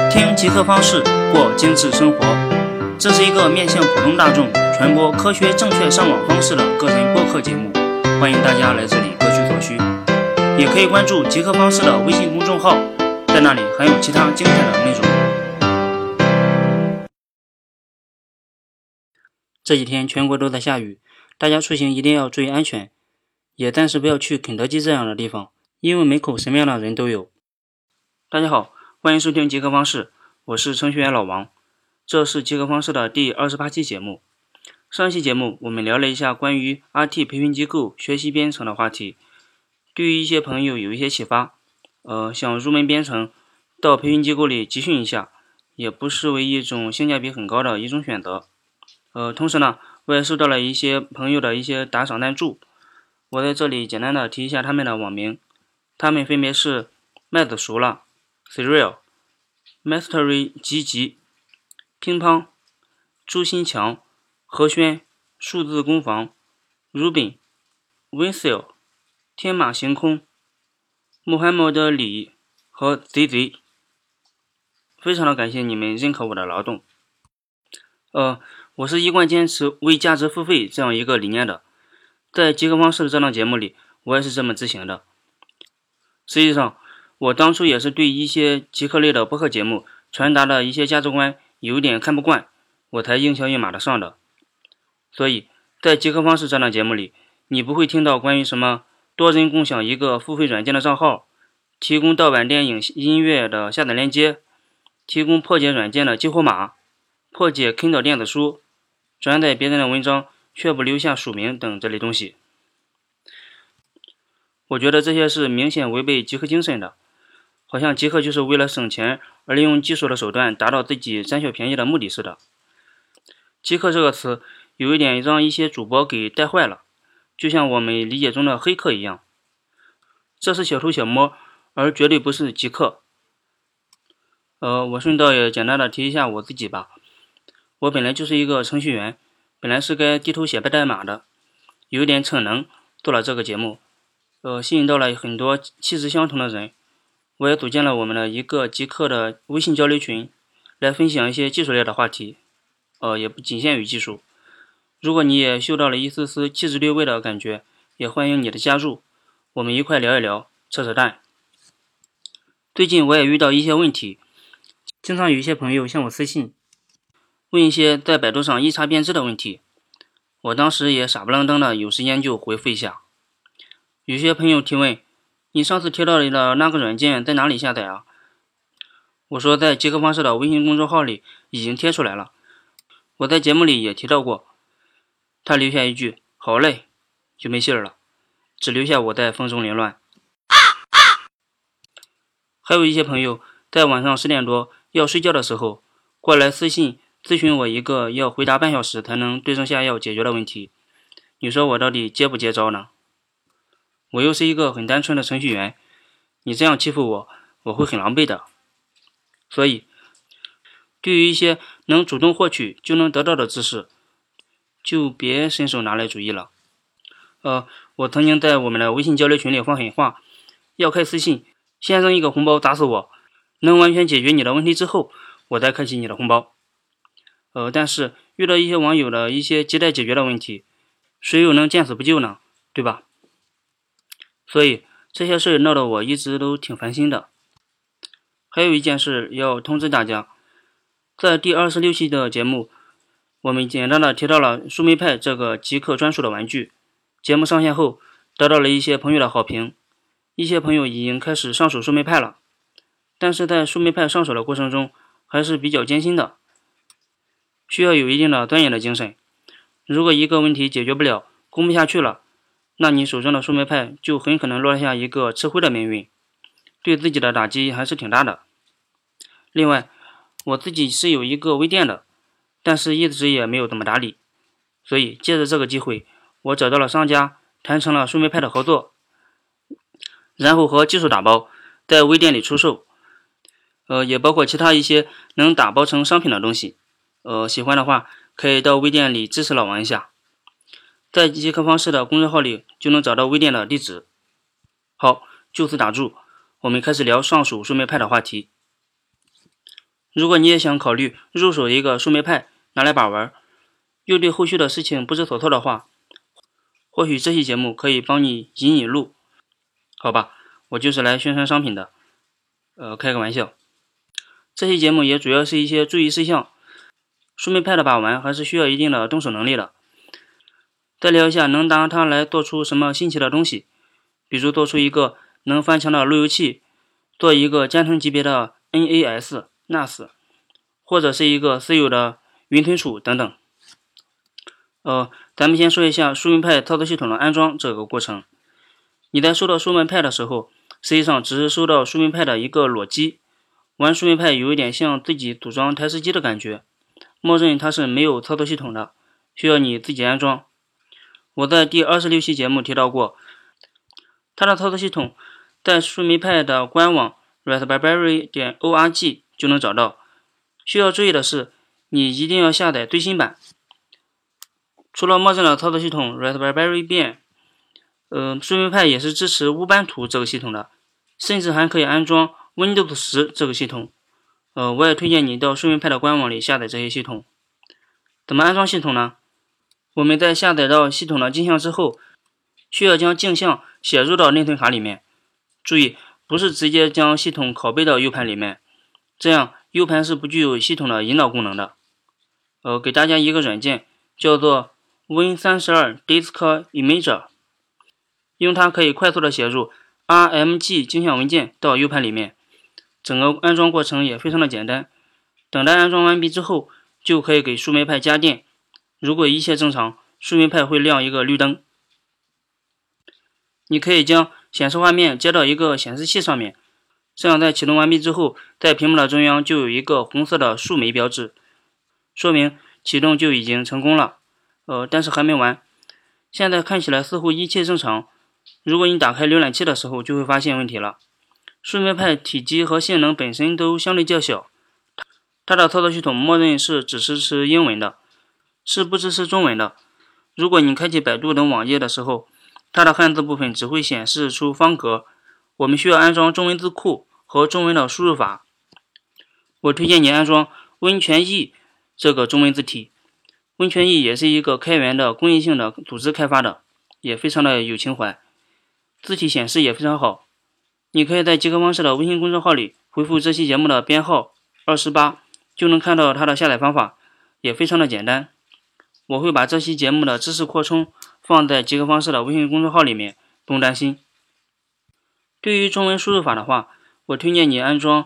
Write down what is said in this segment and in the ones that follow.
听极客方式过精致生活，这是一个面向普通大众传播科学正确上网方式的个人播客节目，欢迎大家来这里各取所需。也可以关注极客方式的微信公众号，在那里还有其他精彩的内容。这几天全国都在下雨，大家出行一定要注意安全，也暂时不要去肯德基这样的地方，因为门口什么样的人都有。大家好，欢迎收听极客方式，我是程序员老王，这是极客方式的第28期节目。上一期节目我们聊了一下关于 RT 培训机构学习编程的话题，对于一些朋友有一些启发，想入门编程，到培训机构里集训一下，也不失为一种性价比很高的一种选择。同时呢，我也收到了一些朋友的一些打赏赞助，我在这里简单的提一下他们的网名，他们分别是麦子熟了、Cereal、Mastery 吉、乒乓、朱新强、何轩、数字工坊、Rubin、Winsel、天马行空、穆罕默德李和 ZZ， 非常的感谢你们认可我的劳动。我是一贯坚持为价值付费这样一个理念的，在极客方式的这档节目里，我也是这么执行的。实际上，我当初也是对一些极客类的播客节目传达的一些价值观有一点看不惯，我才硬桥硬马的上的。所以在极客方式这档节目里，你不会听到关于什么多人共享一个付费软件的账号，提供盗版电影音乐的下载链接，提供破解软件的激活码，破解 Kindle 电子书，转载别人的文章却不留下署名等这类东西。我觉得这些是明显违背极客精神的，好像极客就是为了省钱而利用技术的手段达到自己占小便宜的目的似的。极客这个词有一点让一些主播给带坏了，就像我们理解中的黑客一样，这是小偷小摸，而绝对不是极客。我顺道也简单的提一下我自己吧，我本来就是一个程序员，本来是该低头写代码的，有点逞能做了这个节目，吸引到了很多气质相同的人，我也组建了我们的一个极客的微信交流群，来分享一些技术类的话题，也不仅限于技术。如果你也嗅到了一丝丝气质略微的感觉，也欢迎你的加入，我们一块聊一聊，扯扯淡。最近我也遇到一些问题，经常有一些朋友向我私信，问一些在百度上一查便知的问题，我当时也傻不愣登的有时间就回复一下。有些朋友提问，你上次提到的那个软件在哪里下载啊？我说在极客方式的微信公众号里已经贴出来了，我在节目里也提到过。他留下一句好嘞，就没信儿了，只留下我在风中凌乱。还有一些朋友在晚上10点多要睡觉的时候过来私信咨询我一个要回答半小时才能对症下药解决的问题，你说我到底接不接招呢？我又是一个很单纯的程序员，你这样欺负我，我会很狼狈的。所以对于一些能主动获取就能得到的知识，就别伸手拿来主义了。我曾经在我们的微信交流群里放狠话，要开私信先扔一个红包砸死我，能完全解决你的问题之后我再开启你的红包。但是遇到一些网友的一些亟待解决的问题，谁又能见死不救呢？对吧？所以这些事闹得我一直都挺烦心的。还有一件事要通知大家，在第26期的节目，我们简单的提到了树莓派这个极客专属的玩具。节目上线后，得到了一些朋友的好评，一些朋友已经开始上手树莓派了。但是在树莓派上手的过程中，还是比较艰辛的，需要有一定的钻研的精神。如果一个问题解决不了，攻不下去了，那你手中的树莓派就很可能落下一个吃灰的命运，对自己的打击还是挺大的。另外，我自己是有一个微店的，但是一直也没有怎么打理，所以借着这个机会，我找到了商家，谈成了树莓派的合作，然后和技术打包在微店里出售，也包括其他一些能打包成商品的东西。喜欢的话可以到微店里支持老王一下，在极客方式的公众号里就能找到微店的地址。好，就此打住，我们开始聊上手树莓派的话题。 如果你也想考虑入手一个树莓派拿来把玩，又对后续的事情不知所措的话，或许这期节目可以帮你引引路。好吧，我就是来宣传商品的，开个玩笑。这期节目也主要是一些注意事项，树莓派的把玩还是需要一定的动手能力的。再聊一下能拿它来做出什么新奇的东西，比如做出一个能翻墙的路由器，做一个江豚级别的 NAS，或者是一个私有的云存储等等。咱们先说一下树莓派操作系统的安装这个过程。你在收到树莓派的时候，实际上只是收到树莓派的一个裸机，玩树莓派有一点像自己组装台式机的感觉，默认它是没有操作系统的，需要你自己安装。我在第26期节目提到过，它的操作系统在树莓派的官网 raspberry.org 就能找到。需要注意的是，你一定要下载最新版。除了默认的操作系统 Raspberry Pi，树莓派也是支持乌班图这个系统的，甚至还可以安装 Windows 10这个系统。我也推荐你到树莓派的官网里下载这些系统。怎么安装系统呢？我们在下载到系统的镜像之后，需要将镜像写入到内存卡里面。注意，不是直接将系统拷贝到 U 盘里面，这样 U 盘是不具有系统的引导功能的。给大家一个软件叫做 Win32 Disk Imager， 用它可以快速的写入 RMG 镜像文件到 U 盘里面。整个安装过程也非常的简单，等待安装完毕之后，就可以给树莓派加电。如果一切正常，树莓派会亮一个绿灯。你可以将显示画面接到一个显示器上面，这样在启动完毕之后，在屏幕的中央就有一个红色的树莓标志，说明启动就已经成功了。但是还没完，现在看起来似乎一切正常。如果你打开浏览器的时候，就会发现问题了。树莓派体积和性能本身都相对较小，它的操作系统默认是只支持英文的，是不支持中文的。如果你开启百度等网页的时候，它的汉字部分只会显示出方格，我们需要安装中文字库和中文的输入法。我推荐你安装温泉驿这个中文字体。温泉驿也是一个开源的公益性的组织开发的，也非常的有情怀，字体显示也非常好。你可以在极客方式的微信公众号里回复这期节目的编号28，就能看到它的下载方法，也非常的简单。我会把这期节目的知识扩充放在极客方式的微信公众号里面，不用担心。对于中文输入法的话，我推荐你安装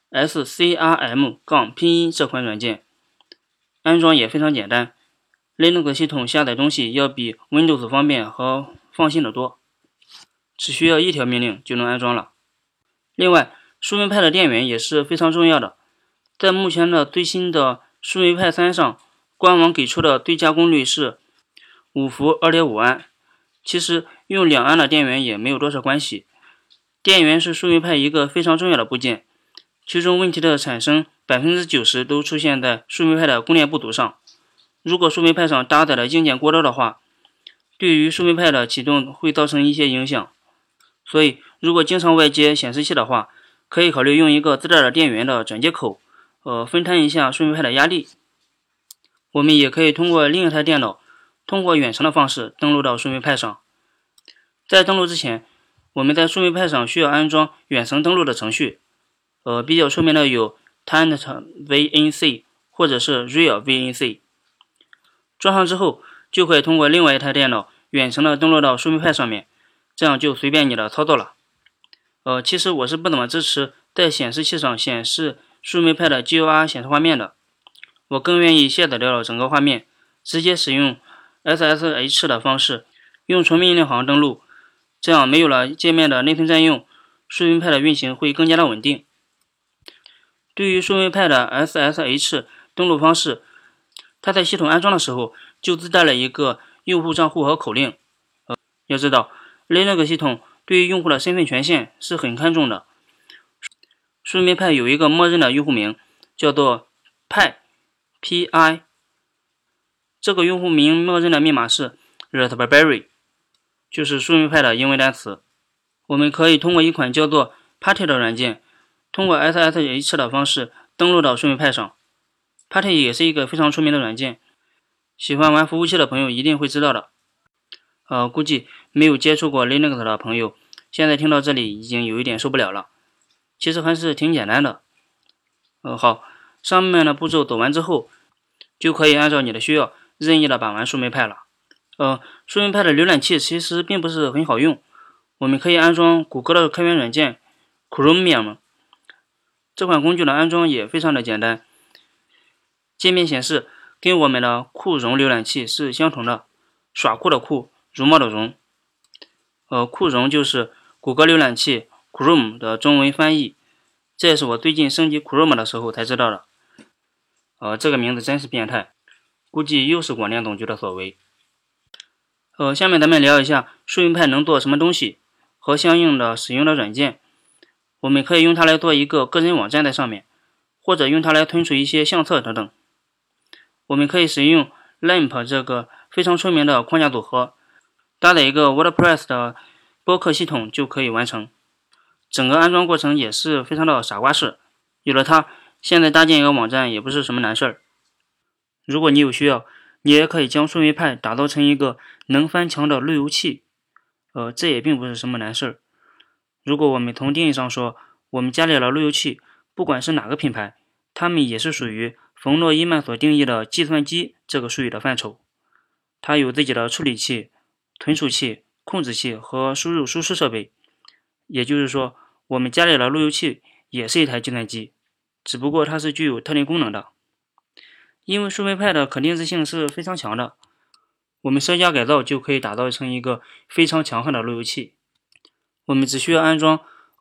SCRM- 拼音这款软件，安装也非常简单。Linux 系统下载东西要比 Windows 方便和放心的多，只需要一条命令就能安装了。另外，树莓派的电源也是非常重要的。在目前的最新的树莓派3上，官网给出的最佳功率是5伏 2.5 安，其实用2安的电源也没有多少关系。电源是树莓派一个非常重要的部件，其中问题的产生 90% 都出现在树莓派的供电不足上。如果树莓派上搭载的硬件过高的话，对于树莓派的启动会造成一些影响。所以如果经常外接显示器的话，可以考虑用一个自带的电源的转接口，分摊一下树莓派的压力。我们也可以通过另一台电脑，通过远程的方式登录到树莓派上。在登录之前，我们在树莓派上需要安装远程登录的程序，比较出名的有 TenetVNC 或者是 RealVNC。装上之后，就可以通过另外一台电脑远程的登录到树莓派上面，这样就随便你的操作了。其实我是不怎么支持在显示器上显示树莓派的 GUR 显示画面的，我更愿意卸载掉了整个画面，直接使用 SSH 的方式，用纯命令行登录，这样没有了界面的内存占用，树莓派的运行会更加的稳定。对于树莓派的 SSH 登录方式，它在系统安装的时候就自带了一个用户账户和口令。要知道 Linux 系统对于用户的身份权限是很看重的。树莓派有一个默认的用户名叫做 Pi， 这个用户名默认的密码是 Raspberry， 就是树莓派的英文单词。我们可以通过一款叫做 Party 的软件，通过 SSH 的方式登录到顺位派上。Putty 也是一个非常出名的软件，喜欢玩服务器的朋友一定会知道的。估计没有接触过 Linux 的朋友，现在听到这里已经有一点受不了了。其实还是挺简单的。好，上面的步骤走完之后，就可以按照你的需要任意的把玩树莓派了。树莓派的浏览器其实并不是很好用，我们可以安装谷歌的开源软件 Chromium。这款工具的安装也非常的简单，界面显示跟我们的酷荣浏览器是相同的，耍酷的酷，绒毛的绒。酷荣就是谷歌浏览器 Chrome 的中文翻译，这也是我最近升级 Chrome 的时候才知道的。这个名字真是变态，估计又是广电总局的所为。下面咱们聊一下树莓派能做什么东西和相应的使用的软件。我们可以用它来做一个个人网站在上面，或者用它来存储一些相册等等。我们可以使用 LAMP 这个非常出名的框架组合，搭载一个 WordPress 的播客系统就可以完成。整个安装过程也是非常的傻瓜式，有了它，现在搭建一个网站也不是什么难事儿。如果你有需要，你也可以将树莓派打造成一个能翻墙的路由器，这也并不是什么难事儿。如果我们从定义上说，我们加里了路由器，不管是哪个品牌，它们也是属于冯诺依曼所定义的计算机这个术语的范畴。它有自己的处理器、存储器、控制器和输入输出设备。也就是说，我们加里了路由器也是一台计算机，只不过它是具有特定功能的。因为树莓派的可定制性是非常强的，我们稍加改造就可以打造成一个非常强悍的路由器。我们只需要安装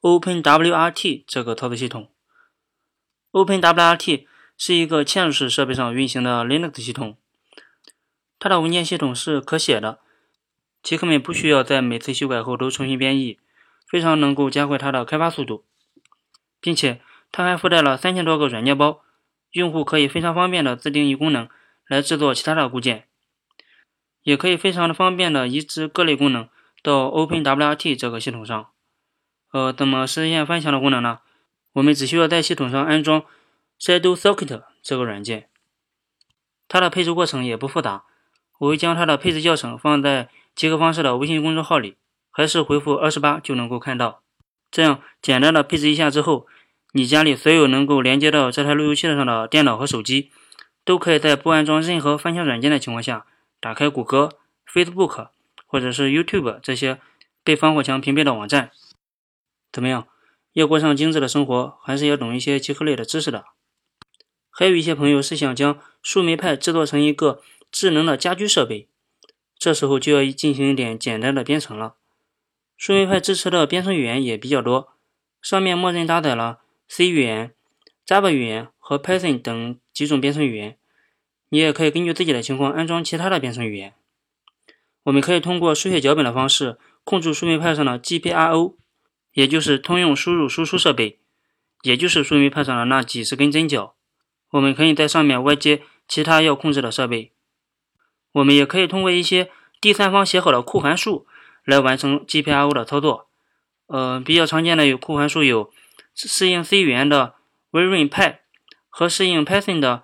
OpenWRT 这个操作系统。OpenWRT 是一个嵌入式设备上运行的 Linux 系统，它的文件系统是可写的，极客们不需要在每次修改后都重新编译，非常能够加快它的开发速度，并且它还附带了3000多个软件包，用户可以非常方便的自定义功能来制作其他的固件，也可以非常的方便的移植各类功能到 OpenWRT 这个系统上。怎么实现翻墙的功能呢？我们只需要在系统上安装 Shadow Circuit 这个软件，它的配置过程也不复杂，我会将它的配置教程放在极客方式的微信公众号里，还是回复28就能够看到。这样简单的配置一下之后，你家里所有能够连接到这台路由器上的电脑和手机，都可以在不安装任何翻墙软件的情况下，打开谷歌、Facebook 或者是 YouTube 这些被防火墙屏蔽的网站。怎么样？要过上精致的生活，还是要懂一些极客类的知识的。还有一些朋友是想将树莓派制作成一个智能的家居设备，这时候就要进行一点简单的编程了。树莓派支持的编程语言也比较多，上面默认搭载了 C 语言、Java 语言和 Python 等几种编程语言，你也可以根据自己的情况安装其他的编程语言。我们可以通过书写脚本的方式控制树莓派上的 GPIO， 也就是通用输入输出设备，也就是树莓派上的那几十根针脚。我们可以在上面外接其他要控制的设备。我们也可以通过一些第三方写好的库函数来完成 GPIO 的操作。比较常见的库函数有适应 C 语言的 VRINPy 和适应 Python 的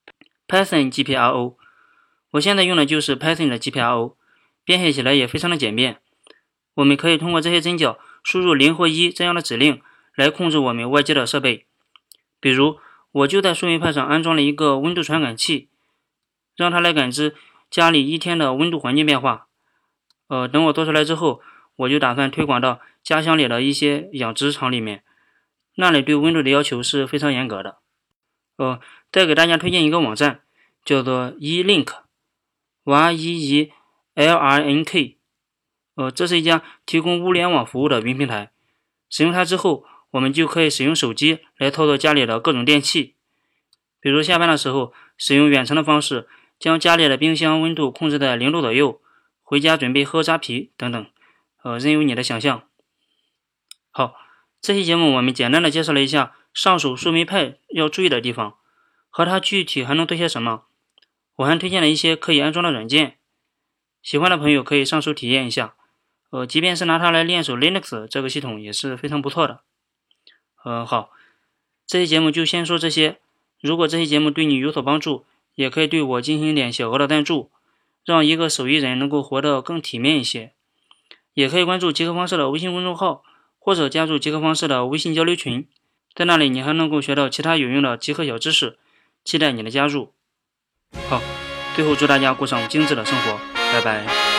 Python GPIO。我现在用的就是 Python 的 GPIO， 编写起来也非常的简便。我们可以通过这些针脚输入0或1这样的指令来控制我们外接的设备。比如我就在树莓派上安装了一个温度传感器，让它来感知家里一天的温度环境变化。等我做出来之后，我就打算推广到家乡里的一些养殖场里面，那里对温度的要求是非常严格的。再给大家推荐一个网站，叫做 E-Link YEELRNK。这是一家提供物联网服务的云平台。使用它之后，我们就可以使用手机来操作家里的各种电器，比如下班的时候使用远程的方式将家里的冰箱温度控制在0度左右，回家准备喝扎啤等等，任由你的想象。好，这期节目我们简单的介绍了一下上手树莓派要注意的地方，和它具体还能做些什么。我还推荐了一些可以安装的软件，喜欢的朋友可以上手体验一下。即便是拿它来练手 Linux 这个系统也是非常不错的。好， 这期节目就先说这些，如果这期节目对你有所帮助，也可以对我进行一点小额的赞助，让一个手艺人能够活得更体面一些。也可以关注极客方式的微信公众号，或者加入极客方式的微信交流群，在那里你还能够学到其他有用的极客小知识，期待你的加入。好，最后祝大家过上精致的生活，拜拜。